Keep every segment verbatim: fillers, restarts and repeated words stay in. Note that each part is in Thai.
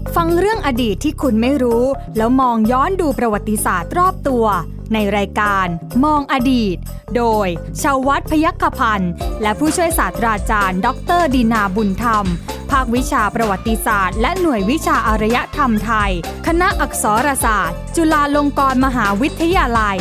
ฟังเรื่องอดีตที่คุณไม่รู้แล้วมองย้อนดูประวัติศาสตร์รอบตัวในรายการมองอดีตโดยชวัฒน์ พยัคฆพันธ์และผู้ช่วยศาสตราจารย์ดรดินาบุญธรรมภาควิชาประวัติศาสตร์และหน่วยวิชาอารยธรรมไทยคณะอักษรศาสตร์จุฬาลงกรณ์มหาวิทยาลัย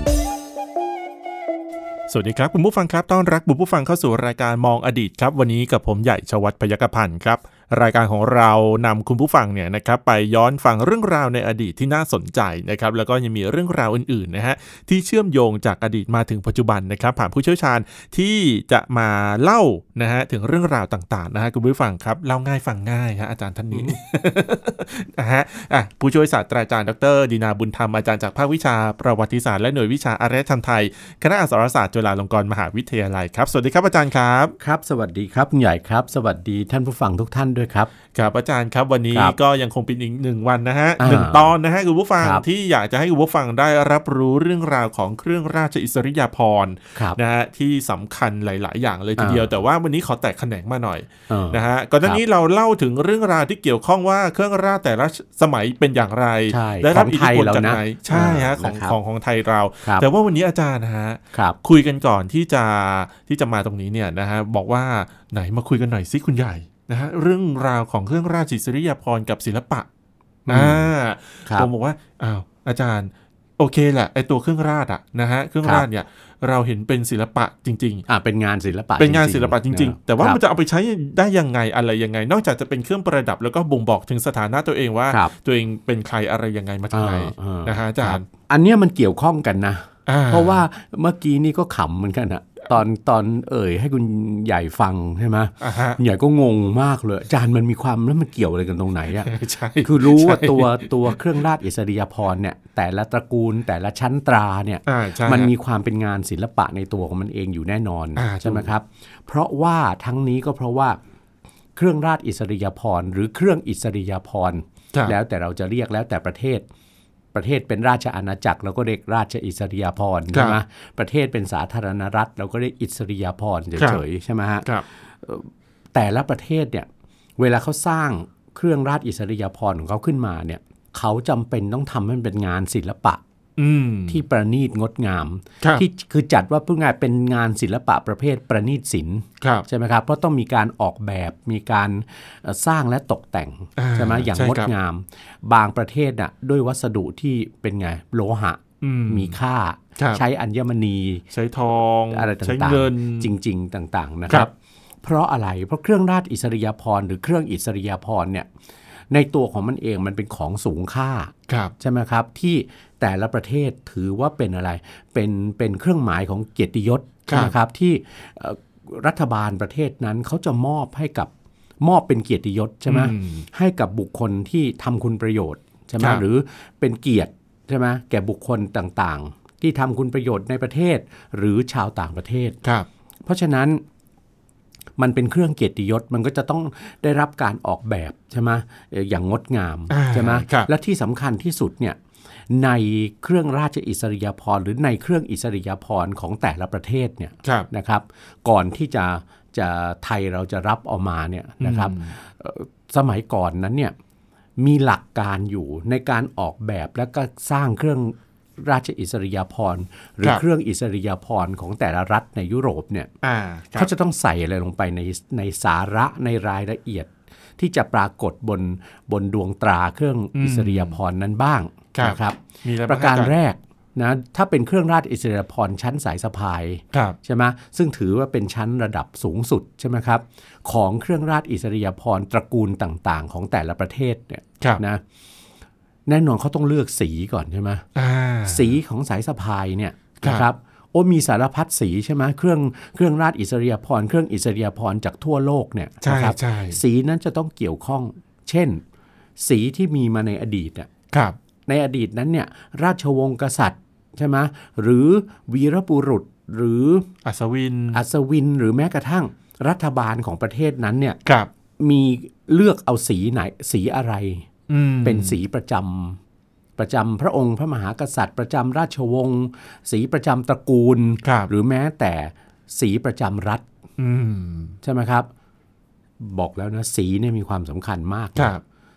สวัสดีครับคุณผู้ฟังครับต้อนรับคุณผู้ฟังเข้าสู่รายการมองอดีตครับวันนี้กับผมใหญ่ชวัฒน์ พยัคฆพันธ์ครับรายการของเรานำคุณผู้ฟังเนี่ยนะครับไปย้อนฟังเรื่องราวในอดีตที่น่าสนใจนะครับแล้วก็ยังมีเรื่องราวอื่นๆนะฮะที่เชื่อมโยงจากอดีตมาถึงปัจจุบันนะครับผ่านผู้เชี่ยวชาญที่จะมาเล่านะฮะถึงเรื่องราวต่างๆนะฮะคุณผู้ฟังครับเล่าง่ายฟังง่ายฮะอาจารย์ท่านนี้ นะฮะอ่ะผู้ช่วยศาสตราจารย์ดรดินาบุญธรรมอาจารย์จากภาควิชาประวัติศาสตร์และหน่วยวิชาอารยธรรมไทยคณะอักษรศาสตร์จุฬาลงกรณ์มหาวิทยาลัยครับสวัสดีครับอาจารย์ครับครับสวัสดีครับคุณใหญ่ครับสวัสดีท่านผู้ฟังทุกท่านด้วยครับครับอาจารย์ครับวันนี้ก็ยังคงเป็นอีกหนึ่งวันนะฮะหนึ่งตอนนะฮะคุณผู้ฟังที่อยากจะให้คุณผู้ฟังได้รับรู้เรื่องราวของเครื่องราชอิสริยาภรณ์นะฮะที่สำคัญหลายๆอย่างเลยทีเดียวแต่ว่าวันนี้ขอแตกแขนงมาหน่อยนะฮะก่อนหน้านี้เราเล่าถึงเรื่องราวที่เกี่ยวข้องว่าเครื่องราชแต่ละสมัยเป็นอย่างไรและรับอิทธิพลจากไหนใช่ฮะของของของไทยเราแต่ว่าวันนี้อาจารย์นะฮะคุยกันก่อนที่จะที่จะมาตรงนี้เนี่ยนะฮะบอกว่าไหนมาคุยกันหน่อยสิคุณใหญ่นะฮะเรื่องราวของเครื่องราชอิสริยาภรณ์กับศิลปะอ่าผมบอกว่าอ้าวอาจารย์โอเคแหละไอตัวเครื่องราชอะนะฮะเครื่องราชเนี่ยเราเห็นเป็นศิลปะจริงๆอ่าเป็นงานศิลปะเป็นงานศิลปะจริงๆแต่ว่ามันจะเอาไปใช้ได้ยังไงอะไรยังไงนอกจากจะเป็นเครื่องประดับแล้วก็บ่งบอกถึงสถานะตัวเองว่าตัวเองเป็นใครอะไรยังไงมาจากไหนนะฮะอาจารย์อันเนี้ยมันเกี่ยวข้องกันนะเพราะว่าเมื่อกี้นี่ก็ขำเหมือนกันอะตอนตอนเอ่ยให้คุณใหญ่ฟังใช่ไหมใหญ่ก็งงมากเลยอาจารย์มันมีความแล้วมันเกี่ยวอะไรกันตรงไหนอ่ะใช่คือรู้ว่าตัวตัวเครื่องราชอิสริยาภรณ์เนี่ยแต่ละตระกูลแต่ละชั้นตราเนี่ยมันมีความเป็นงานศิลปะในตัวของมันเองอยู่แน่นอนใช่ไหมครับเพราะว่าทั้งนี้ก็เพราะว่าเครื่องราชอิสริยาภรณ์หรือเครื่องอิสริยาภรณ์แล้วแต่เราจะเรียกแล้วแต่ประเทศประเทศเป็นราชอาณาจักรเราก็เรียกราชอิสริยาภรณ์ใช่ไหมประเทศเป็นสาธารณรัฐเราก็เรียกอิสริยาภรณ์เฉยๆใช่ไหมฮะแต่ละประเทศเนี่ยเวลาเขาสร้างเครื่องราชอิสริยาภรณ์ของเขาขึ้นมาเนี่ยเขาจำเป็นต้องทำให้มันเป็นงานศิลปะที่ประณีตงดงามที่คือจัดว่าพูดง่ายเป็นงานศิลปะประเภทประณีตศิลป์ใช่ไหมครับเพราะต้องมีการออกแบบมีการสร้างและตกแต่งใช่ไหมอย่างงดงามบางประเทศน่ะด้วยวัสดุที่เป็นไงโลหะมีค่าใช้อัญมณีใช้ทองอะไรต่างๆจริงๆต่างๆนะครับเพราะอะไรเพราะเครื่องราชอิสริยาภรณ์หรือเครื่องอิสริยาภรณ์เนี่ยในตัวของมันเองมันเป็นของสูงค่าใช่ไหมครับที่แต่ละประเทศถือว่าเป็นอะไรเป็นเป็นเครื่องหมายของเกียรติยศนะครับที่รัฐบาลประเทศนั้นเขาจะมอบให้กับมอบเป็นเกียรติยศใช่ไหมให้กับบุคคลที่ทำคุณประโยชน์ใช่ไหมหรือเป็นเกียรติใช่ไหมแก่บุคคลต่างๆที่ทำคุณประโยชน์ในประเทศหรือชาวต่างประเทศเพราะฉะนั้นมันเป็นเครื่องเกียรติยศมันก็จะต้องได้รับการออกแบบใช่ไหมอย่างงดงามใช่ไหมและที่สำคัญที่สุดเนี่ยในเครื่องราชอิสริยาภรณ์หรือในเครื่องอิสริยาภรณ์ของแต่ละประเทศเนี่ยนะครับก่อนที่จะจะไทยเราจะรับเอามาเนี่ยนะครับสมัยก่อนนั้นเนี่ยมีหลักการอยู่ในการออกแบบและก็สร้างเครื่องราชอิสริยาภรณ์หรือเครื่องอิสริยาภรณ์ของแต่ละรัฐในยุโรปเนี่ยเขาจะต้องใส่อะไรลงไปในในสาระในรายละเอียดที่จะปรากฏบนบนดวงตราเครื่องอิสริยาภรณ์นั้นบ้างนะครับประการแรกนะถ้าเป็นเครื่องราชอิสริยาภรณ์ชั้นสายสะพายใช่ไหมซึ่งถือว่าเป็นชั้นระดับสูงสุดใช่ไหมครับของเครื่องราชอิสริยาภรณ์ตระกูลต่างๆของแต่ละประเทศเนี่ยนะแน่นอนเขาต้องเลือกสีก่อนใช่ไหมสีของสายสะพายเนี่ยนะครับโอ้มีสารพัดสีใช่ไหมเครื่องเครื่องราชอิสริยาภรณ์เครื่องอิสริยาภรณ์จากทั่วโลกเนี่ยนะครับสีนั้นจะต้องเกี่ยวข้องเช่นสีที่มีมาในอดีตอ่ะในอดีตนั้นเนี่ยราชวงศ์กษัตริย์ใช่ไหมหรือวีรบุรุษหรืออัศวินอัศวินหรือแม้กระทั่งรัฐบาลของประเทศนั้นเนี่ยมีเลือกเอาสีไหนสีอะไรเป็นสีประจำประจำพระองค์พระมหากษัตริย์ประจำราชวงศ์สีประจำตระกูลหรือแม้แต่สีประจำรัฐใช่ไหมครับบอกแล้วนะสีเนี่ยมีความสำคัญมาก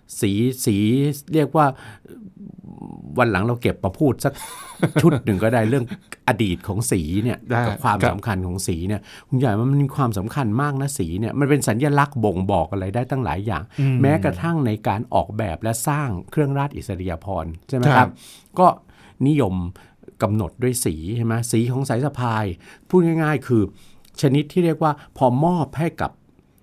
สีสีเรียกว่าวันหลังเราเก็บมาพูดสักชุดหนึ่งก็ได้เรื่องอดีตของสีเนี่ยกับความสำคัญของสีเนี่ยคุณใหญ่มันมีความสำคัญมากนะสีเนี่ยมันเป็นสัญลักษณ์บ่งบอกอะไรได้ตั้งหลายอย่างแม้กระทั่งในการออกแบบและสร้างเครื่องราชอิสริยาภรณ์ใช่ไหมครับก็นิยมกำหนดด้วยสีใช่ไหมสีของสายสะพายพูดง่ายๆคือชนิดที่เรียกว่าพอมอบให้กับ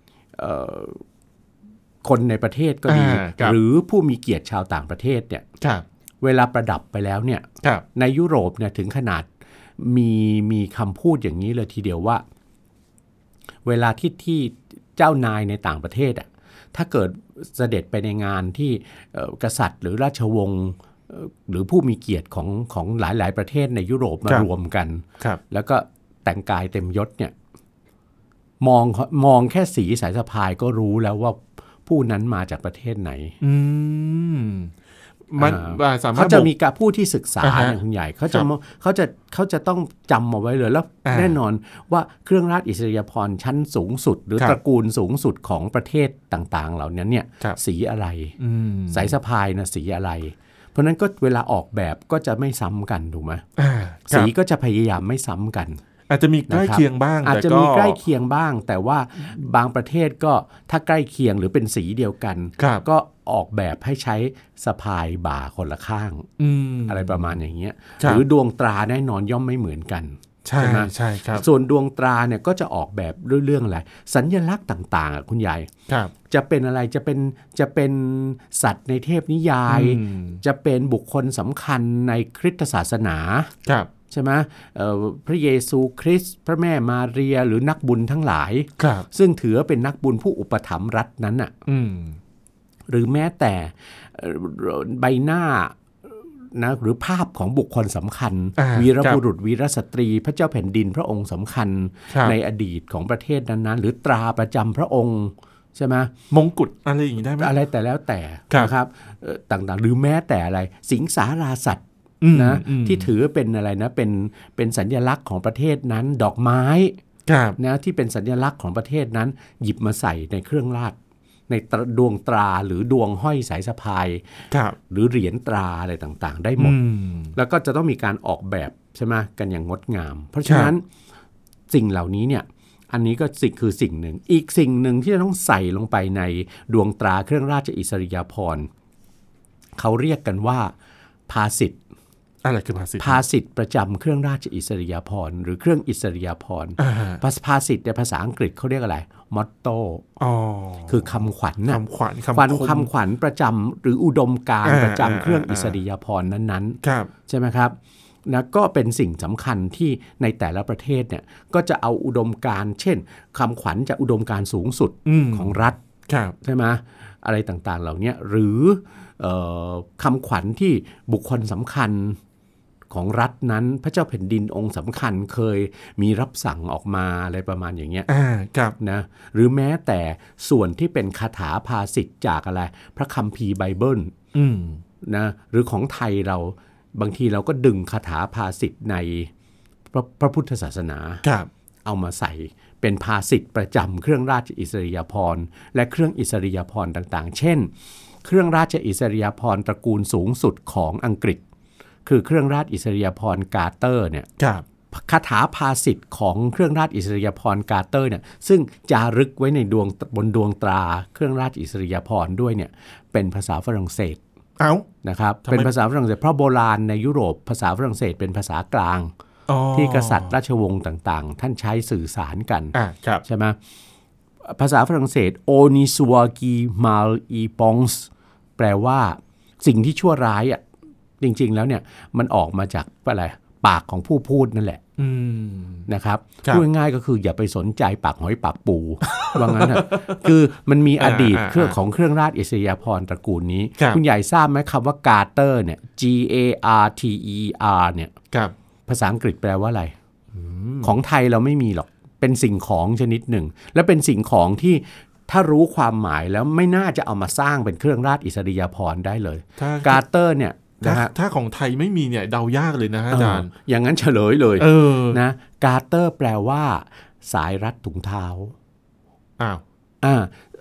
คนในประเทศก็ดีหรือผู้มีเกียรติชาวต่างประเทศเนี่ยเวลาประดับไปแล้วเนี่ยในยุโรปเนี่ยถึงขนาดมีมีคำพูดอย่างนี้เลยทีเดียวว่าเวลาที่ที่เจ้านายในต่างประเทศอ่ะถ้าเกิดเสด็จไปในงานที่กษัตริย์หรือราชวงศ์หรือผู้มีเกียรติของของหลายๆประเทศในยุโรปมารวมกันแล้วก็แต่งกายเต็มยศเนี่ยมองมองแค่สีสายสะพายก็รู้แล้วว่าผู้นั้นมาจากประเทศไหนอืมมันเขาจะมีการผู้ที่ศึกษาเนี่ยคุณใหญ่เขาจะเขาจะเขาจะต้องจำเอาไว้เลยแล้วแน่นอนว่าเครื่องราชอิสริยาภรณ์ชั้นสูงสุดหรือตระกูลสูงสุดของประเทศต่างๆเหล่านี้เนี่ยสีอะไรสายสะพายนะสีอะไรเพราะนั้นก็เวลาออกแบบก็จะไม่ซ้ำกันถูกไหมสีก็จะพยายามไม่ซ้ำกันอาจจะมีใกล้เคียงบ้างอาจจะมีใกล้เคียงบ้างแต่ว่าบางประเทศก็ถ้าใกล้เคียงหรือเป็นสีเดียวกันก็ออกแบบให้ใช้สะพายบ่าคนละข้างอะไรประมาณอย่างเงี้ยหรือดวงตราแน่นอนย่อมไม่เหมือนกันใช่ไหมใช่ครับส่วนดวงตราเนี่ยก็จะออกแบบเรื่องอะไรสัญลักษณ์ต่างๆคุณใหญ่จะเป็นอะไรจะเป็นจะเป็นสัตว์ในเทพนิยายจะเป็นบุคคลสำคัญในคริสตศาสนาใช่ไหมพระเยซูคริสต์พระแม่มาเรียหรือนักบุญทั้งหลายซึ่งถือเป็นนักบุญผู้อุปถัมภ์รัฐนั้นอ่ะหรือแม้แต่ใบหน้านะหรือภาพของบุคคลสำคัญวีรบุรุษวีรสตรีพระเจ้าแผ่นดินพระองค์สำคัญในอดีตของประเทศนั้นๆหรือตราประจำพระองค์ใช่ไหมมงกุฎอะไรอย่างนี้ได้ไหมอะไรแต่แล้วแต่นะครับต่างๆหรือแม้แต่อะไรสิงสาราสัตว์นะที่ถือเป็นอะไรนะเป็นเป็นสัญลักษณ์ของประเทศนั้นดอกไม้นะที่เป็นสัญลักษณ์ของประเทศนั้นหยิบมาใส่ในเครื่องราชในดวงตราหรือดวงห้อยสายสะพายหรือเหรียญตราอะไรต่างๆได้หมดแล้วก็จะต้องมีการออกแบบใช่ไหมกันอย่างงดงามเพราะฉะนั้นสิ่งเหล่านี้เนี่ยอันนี้ก็สิ่งคือสิ่งหนึ่งอีกสิ่งหนึ่งที่จะต้องใส่ลงไปในดวงตราเครื่องราชอิสริยาภรณ์เขาเรียกกันว่าภาษิตอะไรคือภาษิตภาษิตประจำเครื่องราชอิสริยาภรณ์หรือเครื่องอิสริยาภรณ์ภาษิตในภาษาอังกฤษเขาเรียกอะไรมอตโต้คือคำขวัญคำขวัญคำขวัญประจำหรืออุดมการณ์ประจำเครื่องอิสริยาภรณ์นั้นๆใช่ไหมครับนะก็เป็นสิ่งสำคัญที่ในแต่ละประเทศเนี่ยก็จะเอาอุดมการณ์เช่นคำขวัญจากอุดมการณ์สูงสุดของรัฐใช่ไหมอะไรต่างๆเหล่านี้หรือคำขวัญที่บุคคลสำคัญของรัฐนั้นพระเจ้าแผ่นดินองค์สำคัญเคยมีรับสั่งออกมาอะไรประมาณอย่างเงี้ยนะหรือแม้แต่ส่วนที่เป็นคาถาภาษิตจากอะไรพระคัมภีร์ไบเบิลนะหรือของไทยเราบางทีเราก็ดึงคาถาภาษิตในพระ, พระพุทธศาสนาเอามาใส่เป็นภาษิตประจำเครื่องราชอิสริยาภรณ์และเครื่องอิสริยาภรณ์ต่างๆเช่นเครื่องราชอิสริยาภรณ์ตระกูลสูงสุดของอังกฤษคือเครื่องราชอิสริยาภรณ์กาเตอร์เนี่ยคาถาภาษิตของเครื่องราชอิสริยาภรณ์กาเตอร์เนี่ยซึ่งจารึกไว้ในดวงบนดวงตราเครื่องราชอิสริยาภรณ์ด้วยเนี่ยเป็นภาษาฝรั่งเศสเอานะครับเป็นภาษาฝรั่งเศสเพราะโบราณในยุโรปภาษาฝรั่งเศสเป็นภาษากลางที่กษัตริย์ราชวงศ์ต่างๆท่านใช้สื่อสารกันใช่ไหมภาษาฝรั่งเศส Onisoagi mal e pons แปลว่าสิ่งที่ชั่วร้ายอ่ะจริงๆแล้วเนี่ยมันออกมาจากอะไรปากของผู้พูดนั่นแหละนะครับพูดง่ายๆก็คืออย่าไปสนใจปากหอยปากปูว่างั้นนะคือมันมีอดีตเครื่องของเครื่องราชอิสริยาภรณ์ตระกูลนี้คุณใหญ่ทราบไหมคำว่ากาเตอร์เนี่ย G A R T E R เนี่ยภาษาอังกฤษแปลว่าอะไรของไทยเราไม่มีหรอกเป็นสิ่งของชนิดหนึ่งและเป็นสิ่งของที่ถ้ารู้ความหมายแล้วไม่น่าจะเอามาสร้างเป็นเครื่องราชอิสริยาภรณ์ได้เลยกาเตอร์เนี่ยถ้า, ถ้าของไทยไม่มีเนี่ยเดายากเลยนะอาจารย์อ, อย่างนั้นเฉลยเลยนะกาเตอร์แปลว่าสายรัดถุงเท้าอ้าวอ่า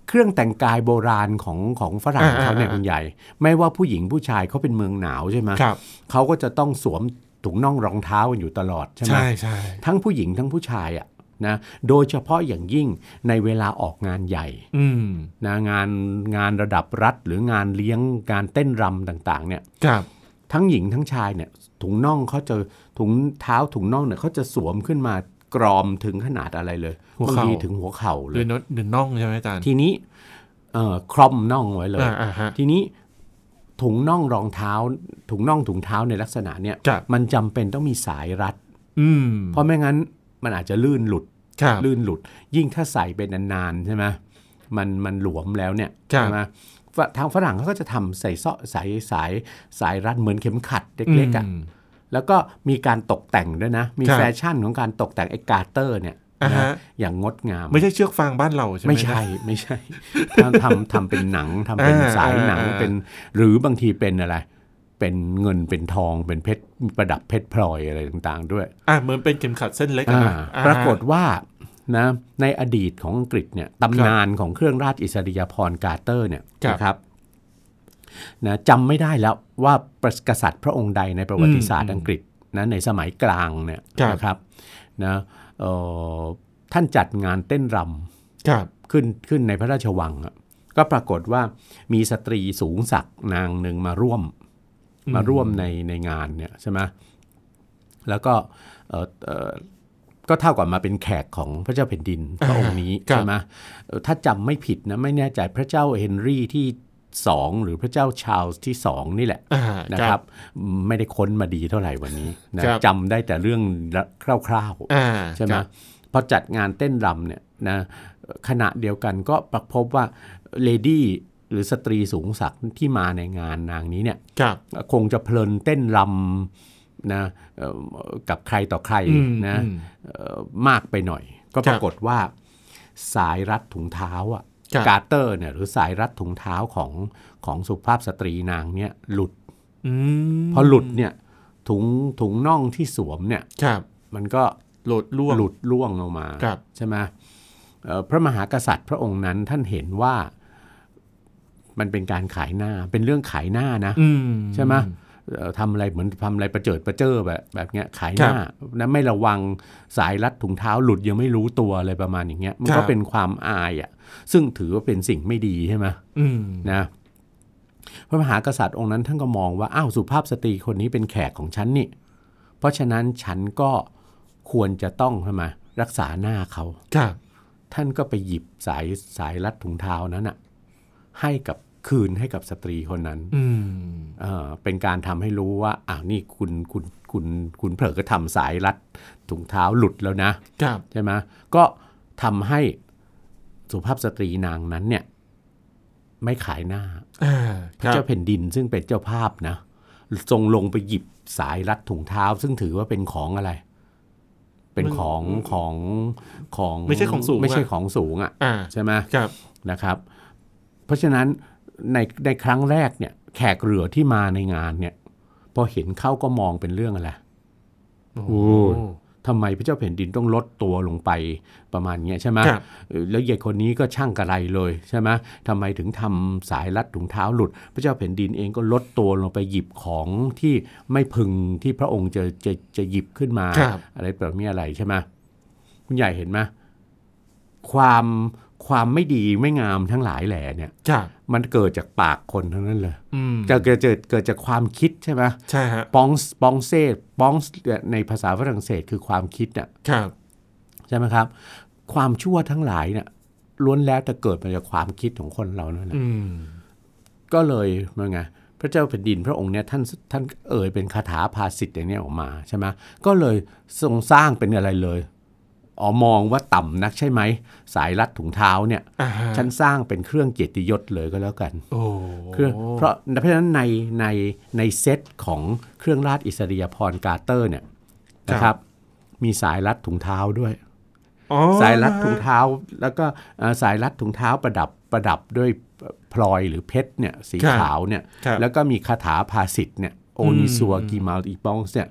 เครื่องแต่งกายโบราณของของฝรั่งเขาเนี่ยคุณใหญ่ไม่ว่าผู้หญิงผู้ชายเขาเป็นเมืองหนาวใช่ไหมเขาก็จะต้องสวมถุงน่องรองเท้าอยู่ตลอดใช่ไหมใช่ใช่ทั้งผู้หญิงทั้งผู้ชายอ่ะนะโดยเฉพาะอย่างยิ่งในเวลาออกงานใหญ่นะงานงานระดับรัฐหรืองานเลี้ยงการเต้นรำต่างๆเนี่ยทั้งหญิงทั้งชายเนี่ยถุงน่องเขาจะถุงเท้าถุงน่องเนี่ยเขาจะสวมขึ้นมากรอมถึงขนาดอะไรเลยบางทีถึงหัวเข่าเลยเดินน่องใช่ไหมอาจารย์ทีนี้เอ่อครอมน่องไว้เลยทีนี้ถุงน่องรองเท้าถุงน่องถุงเท้าในลักษณะเนี้ยมันจำเป็นต้องมีสายรัดเพราะไม่งั้นมันอาจจะลื่นหลุดลื่นหลุดยิ่งถ้าใส่เป็นนานๆใช่ไหมมันมันหลวมแล้วเนี่ยใช่ไหมทางฝรั่งเขาก็จะทำใส่ซ้อสายสายสายรัดเหมือนเข็มขัดเล็กๆอ่ะแล้วก็มีการตกแต่งด้วยนะมีแฟชั่นของการตกแต่งไอ้การ์เตอร์เนี่ยนะอย่างงดงามไม่ใช่เชือกฟางบ้านเราใช่ไหมไม่ใช่ไม่ใช่ทำทำเป็นหนังทำเป็นสายหนังเป็นหรือบางทีเป็นอะไรเป็นเงินเป็นทองเป็นเพชรประดับเพชรพลอยอะไรต่างๆด้วยอ่าเหมือนเป็นเข็มขัดเส้นเล็กนะปรากฏว่านะในอดีตของอังกฤษเนี่ยตำนานของเครื่องราชอิสริยาภรณ์การ์เตอร์เนี่ยนะครับนะจำไม่ได้แล้วว่ากษัตริย์พระองค์ใดในประวัติศาสตร์อังกฤษนะในสมัยกลางเนี่ยนะครับนะท่านจัดงานเต้นรำขึ้นขึ้นในพระราชวังก็ปรากฏว่ามีสตรีสูงศักดิ์นางหนึ่งมาร่วมมาร่วมในในงานเนี่ยใช่ไหมแล้วก็ก็เท่ากับมาเป็นแขกของพระเจ้าแผ่นดินพระองค์นี้ใช่ไหมถ้าจำไม่ผิดนะไม่แน่ใจพระเจ้าเฮนรี่ที่สองหรือพระเจ้าชาร์ลส์ที่สองนี่แหละนะครับไม่ได้ค้นมาดีเท่าไหร่วันนี้นะจำได้แต่เรื่องคร่าวๆใช่ไหมพอจัดงานเต้นรำเนี่ยนะขณะเดียวกันก็พบว่าเลดี้หรือสตรีสูงศักดิ์ที่มาในงานนางนี้เนี่ยคงจะเพลินเต้นรำนะกับใครต่อใครนะมากไปหน่อยก็ปรากฏว่าสายรัดถุงเท้าอ่ะการ์เตอร์เนี่ยหรือสายรัดถุงเท้าของของสุภาพสตรีนางเนี่ยหลุดพอหลุดเนี่ยถุงถุงน่องที่สวมเนี่ยมันก็หลุดล่วงหลุดล่วงออกมาใช่ไหมพระมหากษัตริย์พระองค์นั้นท่านเห็นว่ามันเป็นการขายหน้าเป็นเรื่องขายหน้านะใช่ไหมทำอะไรเหมือนทำอะไรประเจิดประเจ้อแบบแบบเงี้ยขายหน้านะไม่ระวังสายรัดถุงเท้าหลุดยังไม่รู้ตัวอะไรประมาณอย่างเงี้ยมันก็เป็นความอายอ่ะซึ่งถือว่าเป็นสิ่งไม่ดีใช่ไหมนะพระมหากษัตริย์องค์นั้นท่านก็มองว่าอ้าวสุภาพสตรีคนนี้เป็นแขกของฉันนี่เพราะฉะนั้นฉันก็ควรจะต้องทำไมรักษาหน้าเขาท่านก็ไปหยิบสายสายรัดถุงเท้านั้นอ่ะให้กับคืนให้กับสตรีคนนั้นเอ่อเป็นการทำให้รู้ว่าอ้าวนี่คุณคุณคุณคุณเผลอก็ทำสายรัดถุงเท้าหลุดแล้วนะใช่ไหมก็ทำให้สุภาพสตรีนางนั้นเนี่ยไม่ขายหน้าพระเจ้าแผ่นดินซึ่งเป็นเจ้าภาพนะทรงลงไปหยิบสายรัดถุงเท้าซึ่งถือว่าเป็นของอะไรเป็นของของของไม่ใช่ของสูงไม่ใช่ของสูงอ่ะใช่ไหมนะครับเพราะฉะนั้นในในครั้งแรกเนี่ยแขกเรือที่มาในงานเนี่ยพอเห็นเข้าก็มองเป็นเรื่องอะไรโอ้ทำไมพระเจ้าแผ่นดินต้องลดตัวลงไปประมาณนี้ใช่ไหมแล้วยายคนนี้ก็ช่างกระไรเลยใช่ไหมทำไมถึงทำสายรัดถุงเท้าหลุดพระเจ้าแผ่นดินเองก็ลดตัวลงไปหยิบของที่ไม่พึงที่พระองค์จะจะจะหยิบขึ้นมาอะไรแบบนี้อะไรใช่ไหมคุณใหญ่เห็นไหมความความไม่ดีไม่งามทั้งหลายแหล่เนี่ยมันเกิดจากปากคนทั้งนั้นเลยจะเกิดเกิดเกิดจากความคิดใช่ไหมใช่ฮะปองปองเซ่ปองในภาษาฝรั่งเศสคือความคิดเนี่ยใช่ไหมครับความชั่วทั้งหลายเนี่ยล้วนแล้วแต่เกิดมาจากความคิดของคนเรานั่นแหละก็เลยมันไงพระเจ้าแผ่นดินพระองค์เนี่ยท่านท่านเอ่ยเป็นคาถาภาษิตอย่างนี้ออกมาใช่ไหมก็เลยทรงสร้างเป็นอะไรเลยอ๋อมองว่าต่ำนักใช่ไหมสายรัดถุงเท้าเนี่ยฉันสร้างเป็นเครื่องเกียรติยศเลยก็แล้วกันเครื่องเพราะเพราะฉะนั้นในในในเซตของเครื่องราชอิสริยาภรณ์การ์เตอร์เนี่ยนะครับมีสายรัดถุงเท้าด้วยสายรัดถุงเท้าแล้วก็สายรัดถุงเท้าประดับประดับด้วยพลอยหรือเพชรเนี่ยสีขาวเนี่ยแล้วก็มีคาถาภาษิตเนี่ยโอนิซัวกิมาลอีปองส์เนี่ย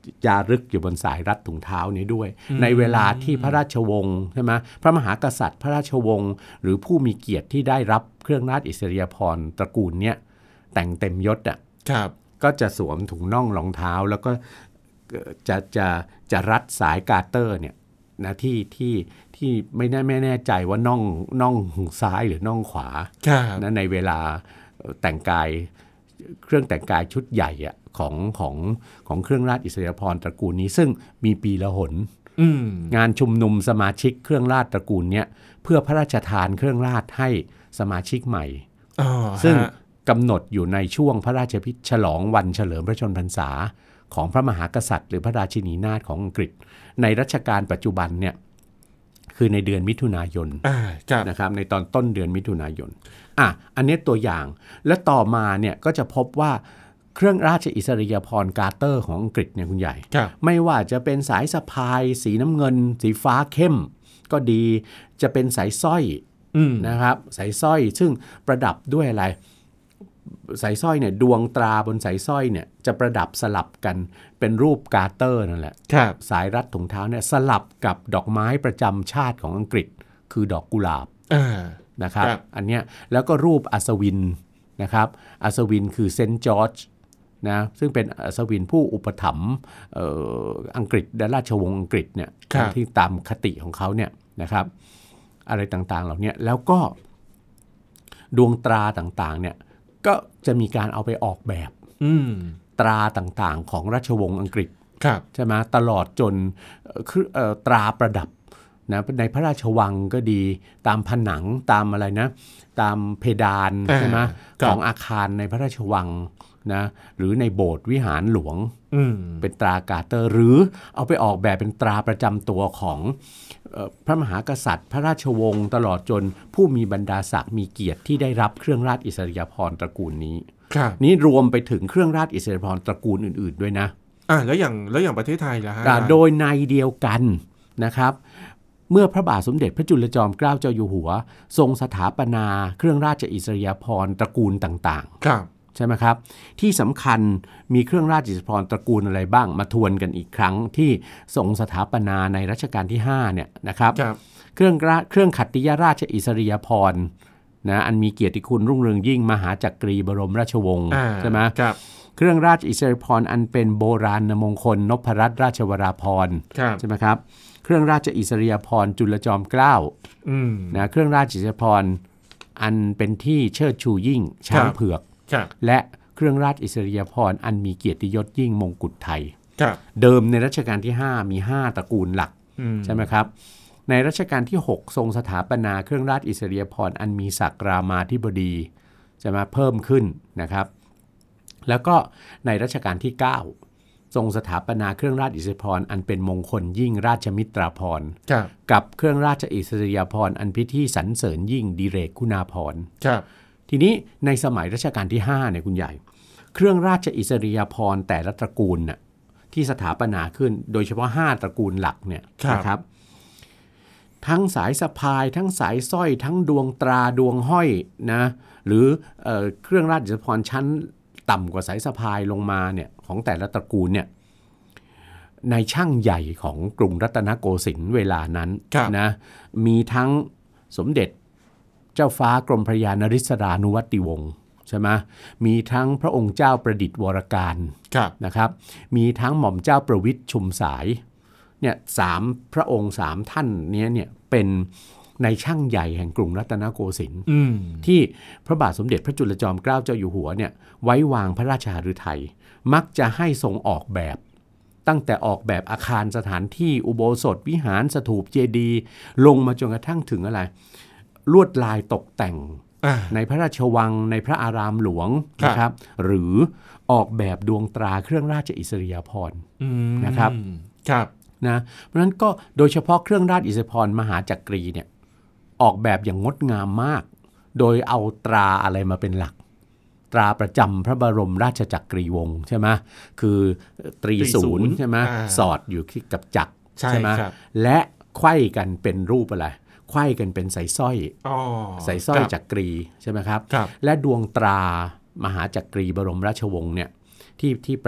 จารึกอยู่บนสายรัดถุงเท้านี้ด้วยในเวลาที่พระราชวงศ์ใช่ไหมพระมหากษัตริย์พระราชวงศ์หรือผู้มีเกียรติที่ได้รับเครื่องราชอิสริยาภรณ์ตระกูลเนี้ยแต่งเต็มยศอ่ะก็จะสวมถุงน่องรองเท้าแล้วก็จะจะจะรัดสายกาเตอร์เนี่ยนะที่ที่ที่ไม่แน่ไม่แน่ใจว่าน่องน่องซ้ายหรือน่องขวานะในเวลาแต่งกายเครื่องแต่งกายชุดใหญ่อะของของของเครื่องราชอิสริยาภรณ์ตระกูลนี้ซึ่งมีปีละหนงานชุมนุมสมาชิกเครื่องราชตระกูลเนี้ยเพื่อพระราชทานเครื่องราชให้สมาชิกใหม่ซึ่งกำหนดอยู่ในช่วงพระราชพิธีฉลองวันเฉลิมพระชนพรรษาของพระมหากษัตริย์หรือพระราชินีนาถของอังกฤษในรัชกาลปัจจุบันเนี่ยคือในเดือนมิถุนายนนะครับในตอนต้นเดือนมิถุนายนอ่ะอันนี้ตัวอย่างและต่อมาเนี่ยก็จะพบว่าเครื่องราชอิสริยาภรณ์กาเตอร์ของอังกฤษเนี่ยคุณใหญ่ไม่ว่าจะเป็นสายสะพายสีน้ำเงินสีฟ้าเข้มก็ดีจะเป็นสายสร้อยนะครับสายสร้อยซึ่งประดับด้วยอะไรสายสร้อยเนี่ยดวงตราบนสายสร้อยเนี่ยจะประดับสลับกันเป็นรูปกาเตอร์นั่นแหละสายรัดถุงเท้าเนี่ยสลับกับดอกไม้ประจำชาติของอังกฤษคือดอกกุหลาบนะครับอันเนี้ยแล้วก็รูปอัศวินนะครับอัศวินคือเซนต์จอร์จนะซึ่งเป็นอัศวินผู้อุปถัมภ์อังกฤษและราชวงศ์อังกฤษเนี่ยที่ตามคติของเขาเนี่ยนะครับอะไรต่างๆเหล่านี้แล้วก็ดวงตราต่างๆเนี่ยก็จะมีการเอาไปออกแบบตราต่างๆของราชวงศ์อังกฤษใช่ไหมตลอดจนตราประดับนะในพระราชวังก็ดีตามผนังตามอะไรนะตามเพดานใช่ไหมของอาคารในพระราชวังนะหรือในโบสถ์วิหารหลวงเป็นตรากาเตอร์หรือเอาไปออกแบบเป็นตราประจำตัวของพระมหากษัตริย์พระราชวงศ์ตลอดจนผู้มีบรรดาศักดิ์มีเกียรติที่ได้รับเครื่องราชอิสริยาภรณ์ตระกูลนี้นี้รวมไปถึงเครื่องราชอิสริยาภรณ์ตระกูลอื่นๆด้วยนะอ่าแล้วอย่างแล้วอย่างประเทศไทยล่ะฮะโดยในเดียวกันนะครับเมื่อพระบาทสมเด็จพระจุลจอมเกล้าเจ้าอยู่หัวทรงสถาปนาเครื่องราชอิสริยาภรณ์ตระกูลต่างๆใช่ไหมครับที่สำคัญมีเครื่องราชอิสริยาภรณ์ตระกูลอะไรบ้างมาทวนกันอีกครั้งที่ทรงสถาปนาในรัชกาลที่ห้าเนี่ยนะครับเครื่องเครื่องขัตติยราชอิสริยาภรณ์นะอันมีเกียรติคุณรุ่งเรืองยิ่งมหาจักรีบรมราชวงศ์ใช่ไหมเครื่องราชอิสริยาภรณ์อันเป็นโบราณมงคลนพรัตนราชวราภรณ์ใช่ไหมครับเครื่องราชอิสริยาภรณ์จุลจอมเกล้านะเครื่องราชอิสริยาภรณ์อันเป็นที่เชิดชูยิ่งช้างเผือกและเครื่องราชอิสริยาภรณ์อันมีเกียรติยศยิ่งมงกุฎไทยเดิมในรัชกาลที่ห้ามีห้าตระกูลหลักใช่ไหมครับในรัชกาลที่หกทรงสถาปนาเครื่องราชอิสริยาภรณ์อันมีศักดิ์รามาธิบดีจะมาเพิ่มขึ้นนะครับแล้วก็ในรัชกาลที่เก้าทรงสถาปนาเครื่องราชอิสริยาภรณ์อันเป็นมงคลยิ่งราชมิตราภรณ์กับเครื่องราชอิสริยาภรณ์อันพิธีสรรเสริญยิ่งดิเรกคุณาภรณ์ทีนี้ในสมัยรัชกาลที่ห้าเนี่ยคุณใหญ่เครื่องราชอิสริยาภรณ์แต่ละตระกูลน่ะที่สถาปนาขึ้นโดยเฉพาะห้าตระกูลหลักเนี่ยนะครับทั้งสายสะพายทั้งสายสร้อยทั้งดวงตราดวงห้อยนะหรือเอ่อเครื่องราชอิสริยาภรณ์ชั้นต่ำกว่าสายสะพายลงมาเนี่ยของแต่ละตระกูลเนี่ยในช่างใหญ่ของกรุงรัตนโกสินทร์เวลานั้นนะมีทั้งสมเด็จเจ้าฟ้ากรมพระยานริศรานุวัติวงศ์ใช่ไหมมีทั้งพระองค์เจ้าประดิษฐ์วรการนะครับมีทั้งหม่อมเจ้าประวิตรชุมสายเนี่ยสามพระองค์สามท่านนี้เนี่ยเป็นในช่างใหญ่แห่งกรุงรัตนโกสินทร์ที่พระบาทสมเด็จพระจุลจอมเกล้าเจ้าอยู่หัวเนี่ยไว้วางพระราชหฤทัยมักจะให้ทรงออกแบบตั้งแต่ออกแบบอาคารสถานที่อุโบสถวิหารสถูปเจดีย์ลงมาจนกระทั่งถึงอะไรลวดลายตกแต่งในพระราชวังในพระอารามหลวงนะครับหรือออกแบบดวงตราเครื่องราชอิสริยาภรณ์นะครับนะเพราะฉะนั้นก็โดยเฉพาะเครื่องราชอิสริยาภรณ์มหาจักรีเนี่ยออกแบบอย่างงดงามมากโดยเอาตราอะไรมาเป็นหลักตราประจำพระบรมราชจักรีวงศ์ใช่ไหมคือตรีศูนย์ใช่ไหมสอดอยู่กับจักรใช่ไหมและไขว้กันเป็นรูปอะไรไขว้กันเป็นสายสร้อยสายสร้อยจักรีใช่ไหมครับและดวงตรามหาจักรีบรมราชวงศ์เนี่ยที่ที่ประดับ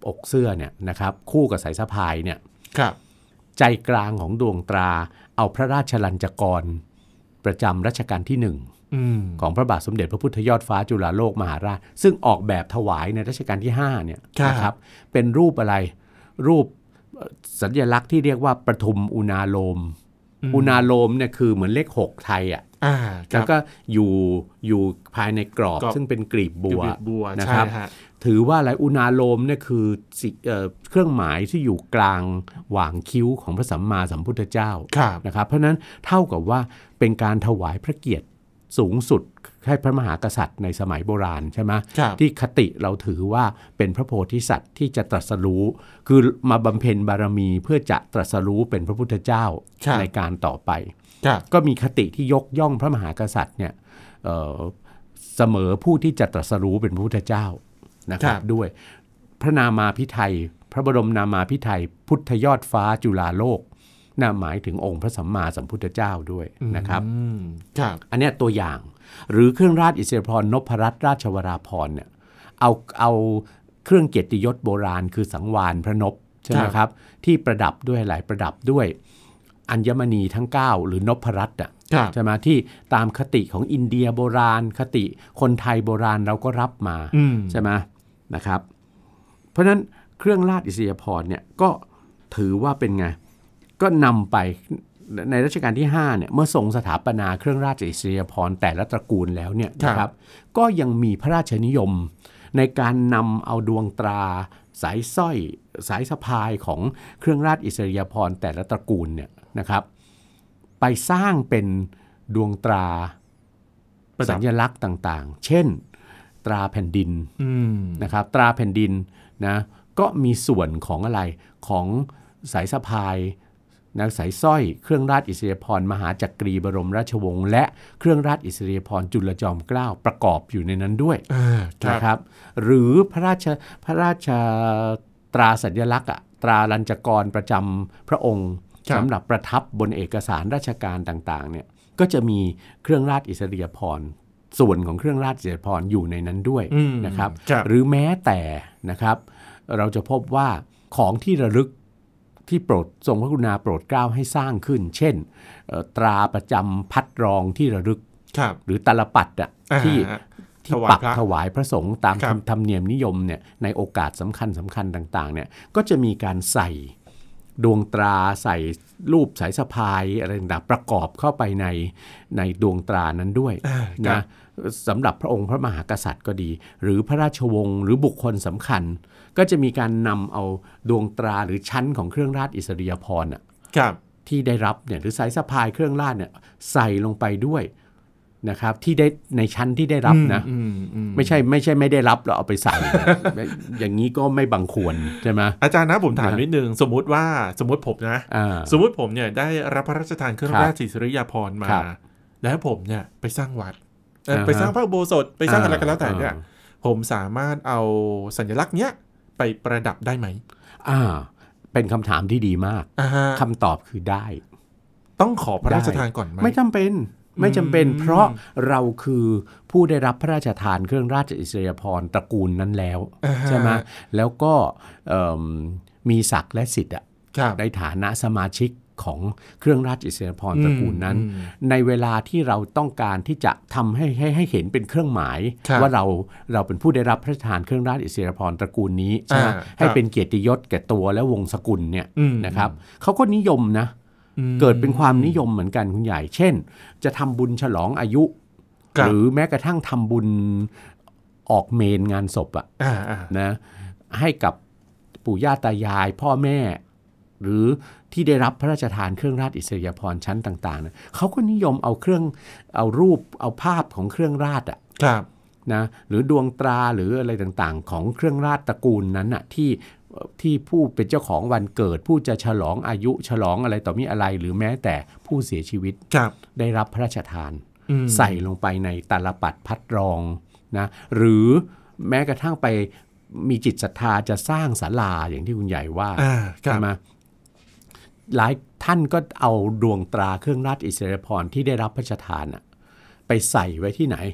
อกเสื้อเนี่ยนะครับคู่กับสายสะพายเนี่ยใจกลางของดวงตราเอาพระราชลัญจกรประจำรัชกาลที่หนึ่งของพระบาทสมเด็จพระพุทธยอดฟ้าจุฬาโลกมหาราชซึ่งออกแบบถวายในรัชกาลที่ห้าเนี่ยนะครับเป็นรูปอะไรรูปสัญลักษณ์ที่เรียกว่าประทุมอุณาโลมอุณาโลมเนี่ยคือเหมือนเลขหกไทยอ่ะแล้วก็อยู่อยู่ภายในกรอบซึ่งเป็นกลีบบัวนะครับถือว่าอะไรอุณาโลมเนี่ยคือเครื่องหมายที่อยู่กลางหว่างคิ้วของพระสัมมาสัมพุทธเจ้านะครับเพราะนั้นเท่ากับว่าเป็นการถวายพระเกียรติสูงสุดให้พระมหากษัตริย์ในสมัยโบราณใช่ไหมที่คติเราถือว่าเป็นพระโพธิสัตว์ที่จะตรัสรู้คือมาบำเพ็ญบารมีเพื่อจะตรัสรู้เป็นพระพุทธเจ้าในการต่อไปก็มีคติที่ยกย่องพระมหากษัตริย์เนี่ย เอ่อ เสมอผู้ที่จะตรัสรู้เป็นพระพุทธเจ้านะครับด้วยพระนามาภิไธยพระบรมนามาภิไธยพุทธยอดฟ้าจุฬาโลกน่าหมายถึงองค์พระสัมมาสัมพุทธเจ้าด้วยนะครับอันนี้ตัวอย่างหรือเครื่องราชอิสริยาภรณ์นพรัตน์ราชวราภรณ์เนี่ยเอาเอาเครื่องเกียรติยศโบราณคือสังวาลพระนพใช่ไหมครับที่ประดับด้วยหลายประดับด้วยอัญมณีทั้งเก้าหรือนพรัตน์อ่ะใช่ไหมที่ตามคติของอินเดียโบราณคติคนไทยโบราณเราก็รับมาใช่ไหมนะครับเพราะฉะนั้นเครื่องราชอิสริยาภรณ์เนี่ยก็ถือว่าเป็นไงก็นำไปในรัชกาลที่ห้าเนี่ยเมื่อทรงสถาปนาเครื่องราชอิสริยาภรณ์แต่ละตระกูลแล้วเนี่ยนะครับก็ยังมีพระราชนิยมในการนำเอาดวงตราสายสร้อยสายสะพายของเครื่องราชอิสริยาภรณ์แต่ละตระกูลเนี่ยนะครับไปสร้างเป็นดวงตราสัญลักษณ์ต่างๆเช่นตราแผ่นดินนะครับตราแผ่นดินนะก็มีส่วนของอะไรของสายสะพายนะสายสร้อยเครื่องราชอิสริยาภรณ์มหาจักรีบรมราชวงศ์และเครื่องราชอิสริยาภรณ์จุลจอมเกล้าประกอบอยู่ในนั้นด้วยนะครับหรือพระราชพระราชตราสัญลักษณ์ตราลัญจกรประจำพระองค์สำหรับประทับบนเอกสารราชการต่างๆเนี่ยก็จะมีเครื่องราชอิสริยาภรณ์ส่วนของเครื่องราชอิสริยาภรณ์อยู่ในนั้นด้วยนะครับหรือแม้แต่นะครับเราจะพบว่าของที่ระลึกที่โปรดทรงพระกรุณาโปรดเกล้าให้สร้างขึ้นเช่นตราประจำพัดรองที่ระลึกหรือตลปัดอ่ะที่ที่ปักถวายพระสงฆ์ตามธรรมเนียมนิยมเนี่ยในโอกาสสำคัญสำคัญต่างๆเนี่ยก็จะมีการใส่ดวงตราใส่รูปสายสะพายอะไรต่างๆประกอบเข้าไปในในดวงตรานั้นด้วยนะสำหรับพระองค์พระมหากษัตริย์ก็ดีหรือพระราชวงศ์หรือบุคคลสำคัญก็จะมีการนำเอาดวงตราหรือชั้นของเครื่องราชอิสริยาภรณ์ที่ได้รับเนี่ยหรือสายสะพายเครื่องราชเนี่ยใส่ลงไปด้วยนะครับที่ได้ในชั้นที่ได้รับนะไม่ใช่ไม่ใช่ไม่ได้รับแล้วเอาไปใส่ อย่างนี้ก็ไม่บังควรใช่ไหมอาจารย์นะผมถามนิดนึงสมมุติว่าสมมติผมนะสมมติผมเนี่ยได้รับพระราชทานเครื่องราชอิสริยาภรณ์มาแล้วผมเนี่ยไปสร้างวัดไปสร้างพระอุโบสถไปสร้างอะไรกันแล้วแต่เนี่ยผมสามารถเอาสัญลักษณ์เนี้ยไปประดับได้ไหมอ่าเป็นคำถามที่ดีมากคำตอบคือได้ต้องขอพระราชทานก่อนไหมไม่จำเป็นไม่จำเป็นเพราะเราคือผู้ได้รับพระราชทานเครื่องราชอิสริยาภรณ์ตระกูลนั้นแล้วใช่ไหมแล้วก็มีศักดิ์และสิทธิ์ในฐานะสมาชิกของเครื่องราชอิสริยาภรณ์ตระกูลนั้นในเวลาที่เราต้องการที่จะทำให้ให้ให้เห็นเป็นเครื่องหมายว่าเราเราเป็นผู้ได้รับพระราชทานเครื่องราชอิสริยาภรณ์ตระกูลนี้ใช่ไหมให้เป็นเกียรติยศแก่ตัวและวงศกุลเนี่ยนะครับเขาก็นิยมนะเกิดเป็นความนิยมเหมือนกันคุณใหญ่เช่นจะทำบุญฉลองอายุหรือแม้กระทั่งทำบุญออกเมนงานศพอะนะให้กับปู่ย่าตายายพ่อแม่หรือที่ได้รับพระราชทานเครื่องราชอิสริยาภรณ์ชั้นต่างๆนะเขาก็นิยมเอาเครื่องเอารูปเอาภาพของเครื่องราชอะนะหรือดวงตราหรืออะไรต่างๆของเครื่องราชตระกูลนั้นอะที่ที่ผู้เป็นเจ้าของวันเกิดผู้จะฉลองอายุฉลองอะไรต่อมีอะไรหรือแม้แต่ผู้เสียชีวิตได้รับพระราชทานใส่ลงไปในตาลปัดพัดรองนะหรือแม้กระทั่งไปมีจิตศรัทธาจะสร้างศาลาอย่างที่คุณใหญ่ว่าใช่ไหมหลายท่านก็เอาดวงตราเครื่องราชอิสริยาภรณ์ที่ได้รับพระราชทานไปใส่ไว้ที่ไหน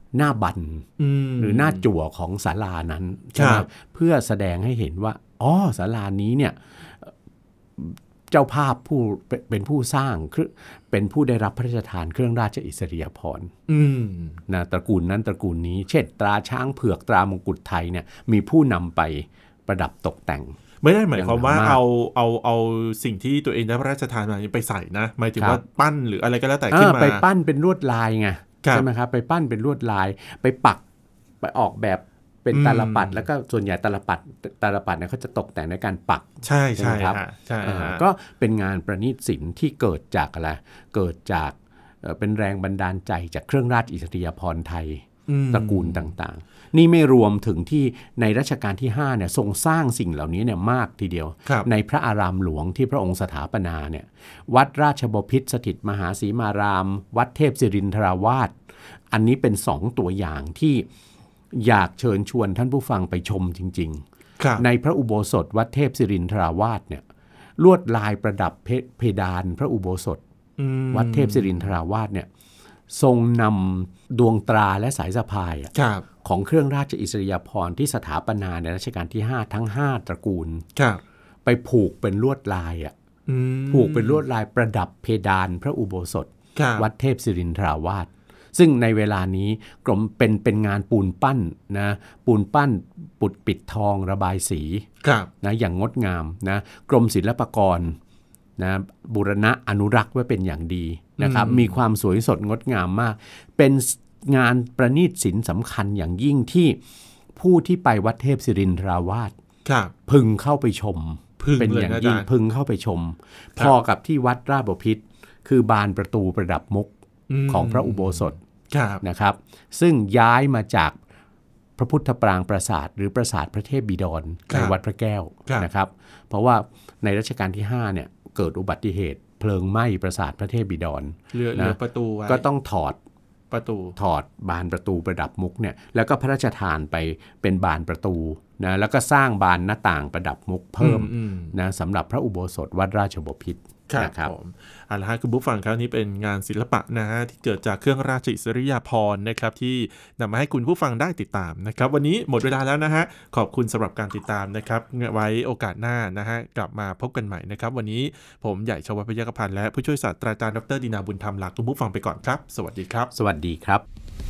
หน้าบันหรือหน้าจั่วของศาลานั้นใช่ไหมเพื่อแสดงให้เห็นว่าอ๋อศาลานี้เนี่ยเจ้าภาพผู้เป็นผู้สร้างเป็นผู้ได้รับพระราชทานเครื่องราชอิสริยาภรณ์นะตระกูลนั้นตระกูลนี้เช่นตราช้างเผือกตรามงกุฎไทยเนี่ยมีผู้นำไปประดับตกแต่งไม่ได้หมายความว่าเอาเอาเอาสิ่งที่ตัวเองได้พระราชทานมาไปใส่นะหมายถึงว่าปั้นหรืออะไรก็แล้วแต่ขึ้นมาไปปั้นเป็นลวดลายไงใช่ไหมครับไปปั้นเป็นลวดลายไปปักไปออกแบบเป็นตาลปัดแล้วก็ส่วนใหญ่ตาลปัดตาลปัดเนี่ยเขาจะตกแต่งในการปักใช่ใช่ครับใช่ก็เป็นงานประณีตศิลป์ที่เกิดจากอะไรเกิดจากเป็นแรงบันดาลใจจากเครื่องราชอิสริยาภรณ์ไทยตระกูลต่างๆนี่ไม่รวมถึงที่ในรัชกาลที่ห้าเนี่ยทรงสร้างสิ่งเหล่านี้เนี่ยมากทีเดียวในพระอารามหลวงที่พระองค์สถาปนาเนี่ยวัดราชบพิตรสถิตมหาสีมารามวัดเทพศิรินทราวาสอันนี้เป็นสองตัวอย่างที่อยากเชิญชวนท่านผู้ฟังไปชมจริงๆในพระอุโบสถวัดเทพศิรินทราวาสเนี่ยลวดลายประดับเพดานพระอุโบสถวัดเทพศิรินทราวาสเนี่ยทรงนำดวงตราและสายสะพายของเครื่องราชอิสริยาภรณ์ที่สถาปนาในรัชกาลที่ห้าทั้งห้าตระกูลไปผูกเป็นลวดลายอ่ะผูกเป็นลวดลายประดับเพดานพระอุโบสถวัดเทพศิรินทราวาสซึ่งในเวลานี้กรมเป็นเป็นงานปูนปั้นนะปูนปั้นปุดปิดทองระบายสีนะอย่างงดงามนะกรมศิลปากรนะบูรณะอนุรักษ์ไว้เป็นอย่างดีนะครับมีความสวยสดงดงามมากเป็นงานประณีตศิลป์สำคัญอย่างยิ่งที่ผู้ที่ไปวัดเทพศิรินทราวาสพึงเข้าไปชมเป็นอย่างยิ่งพึงเข้าไปชมพอกับที่วัดราชบพิตรคือบานประตูประดับมุกของพระอุโบสถนะครับซึ่งย้ายมาจากพระพุทธปรางปราสาทหรือปราสาทพระเทพบิดรในวัดพระแก้วนะครับเพราะว่าในรัชกาลที่ห้าเนี่ยเกิดอุบัติเหตุเพลิงไหม้ปราสาทพระเทพบิดรนะประตูก็ต้องถอดประตูถอดบานประตูประดับมุกเนี่ยแล้วก็พระราชทานไปเป็นบานประตูนะแล้วก็สร้างบานหน้าต่างประดับมุกเพิ่มนะสำหรับพระอุโบสถวัดราชบพิตรนะครับผมเอาละฮะคุณผู้ฟังครับนี้เป็นงานศิลปะนะฮะที่เกิดจากเครื่องราชอิสริยาภรณ์นะครับที่นำมาให้คุณผู้ฟังได้ติดตามนะครับวันนี้หมดเวลาแล้วนะฮะขอบคุณสำหรับการติดตามนะครับไว้โอกาสหน้านะฮะกลับมาพบกันใหม่นะครับวันนี้ผมใหญ่ชวัฒน์พยัคฆพันธ์และผู้ช่วยศาสตราจารย์ดรดินาบุญธรรมลาคุณผู้ฟังไปก่อนครับสวัสดีครับสวัสดีครับ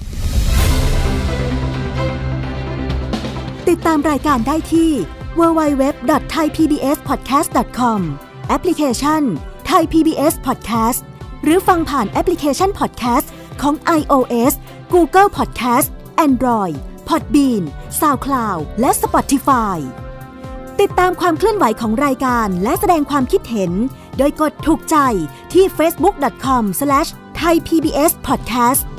ติดตามรายการได้ที่ ดับเบิลยู ดับเบิลยู ดับเบิลยู ดอท ไทย พี บี เอส พอดแคสต์ ดอท คอม แอปพลิเคชัน Thai พี บี เอส Podcast หรือฟังผ่านแอปพลิเคชัน Podcast ของ iOS Google Podcast Android Podbean SoundCloud และ Spotify ติดตามความเคลื่อนไหวของรายการและแสดงความคิดเห็นโดยกดถูกใจที่ เฟซบุ๊ก ดอท คอม สแลช ไทย พี บี เอส พอดแคสต์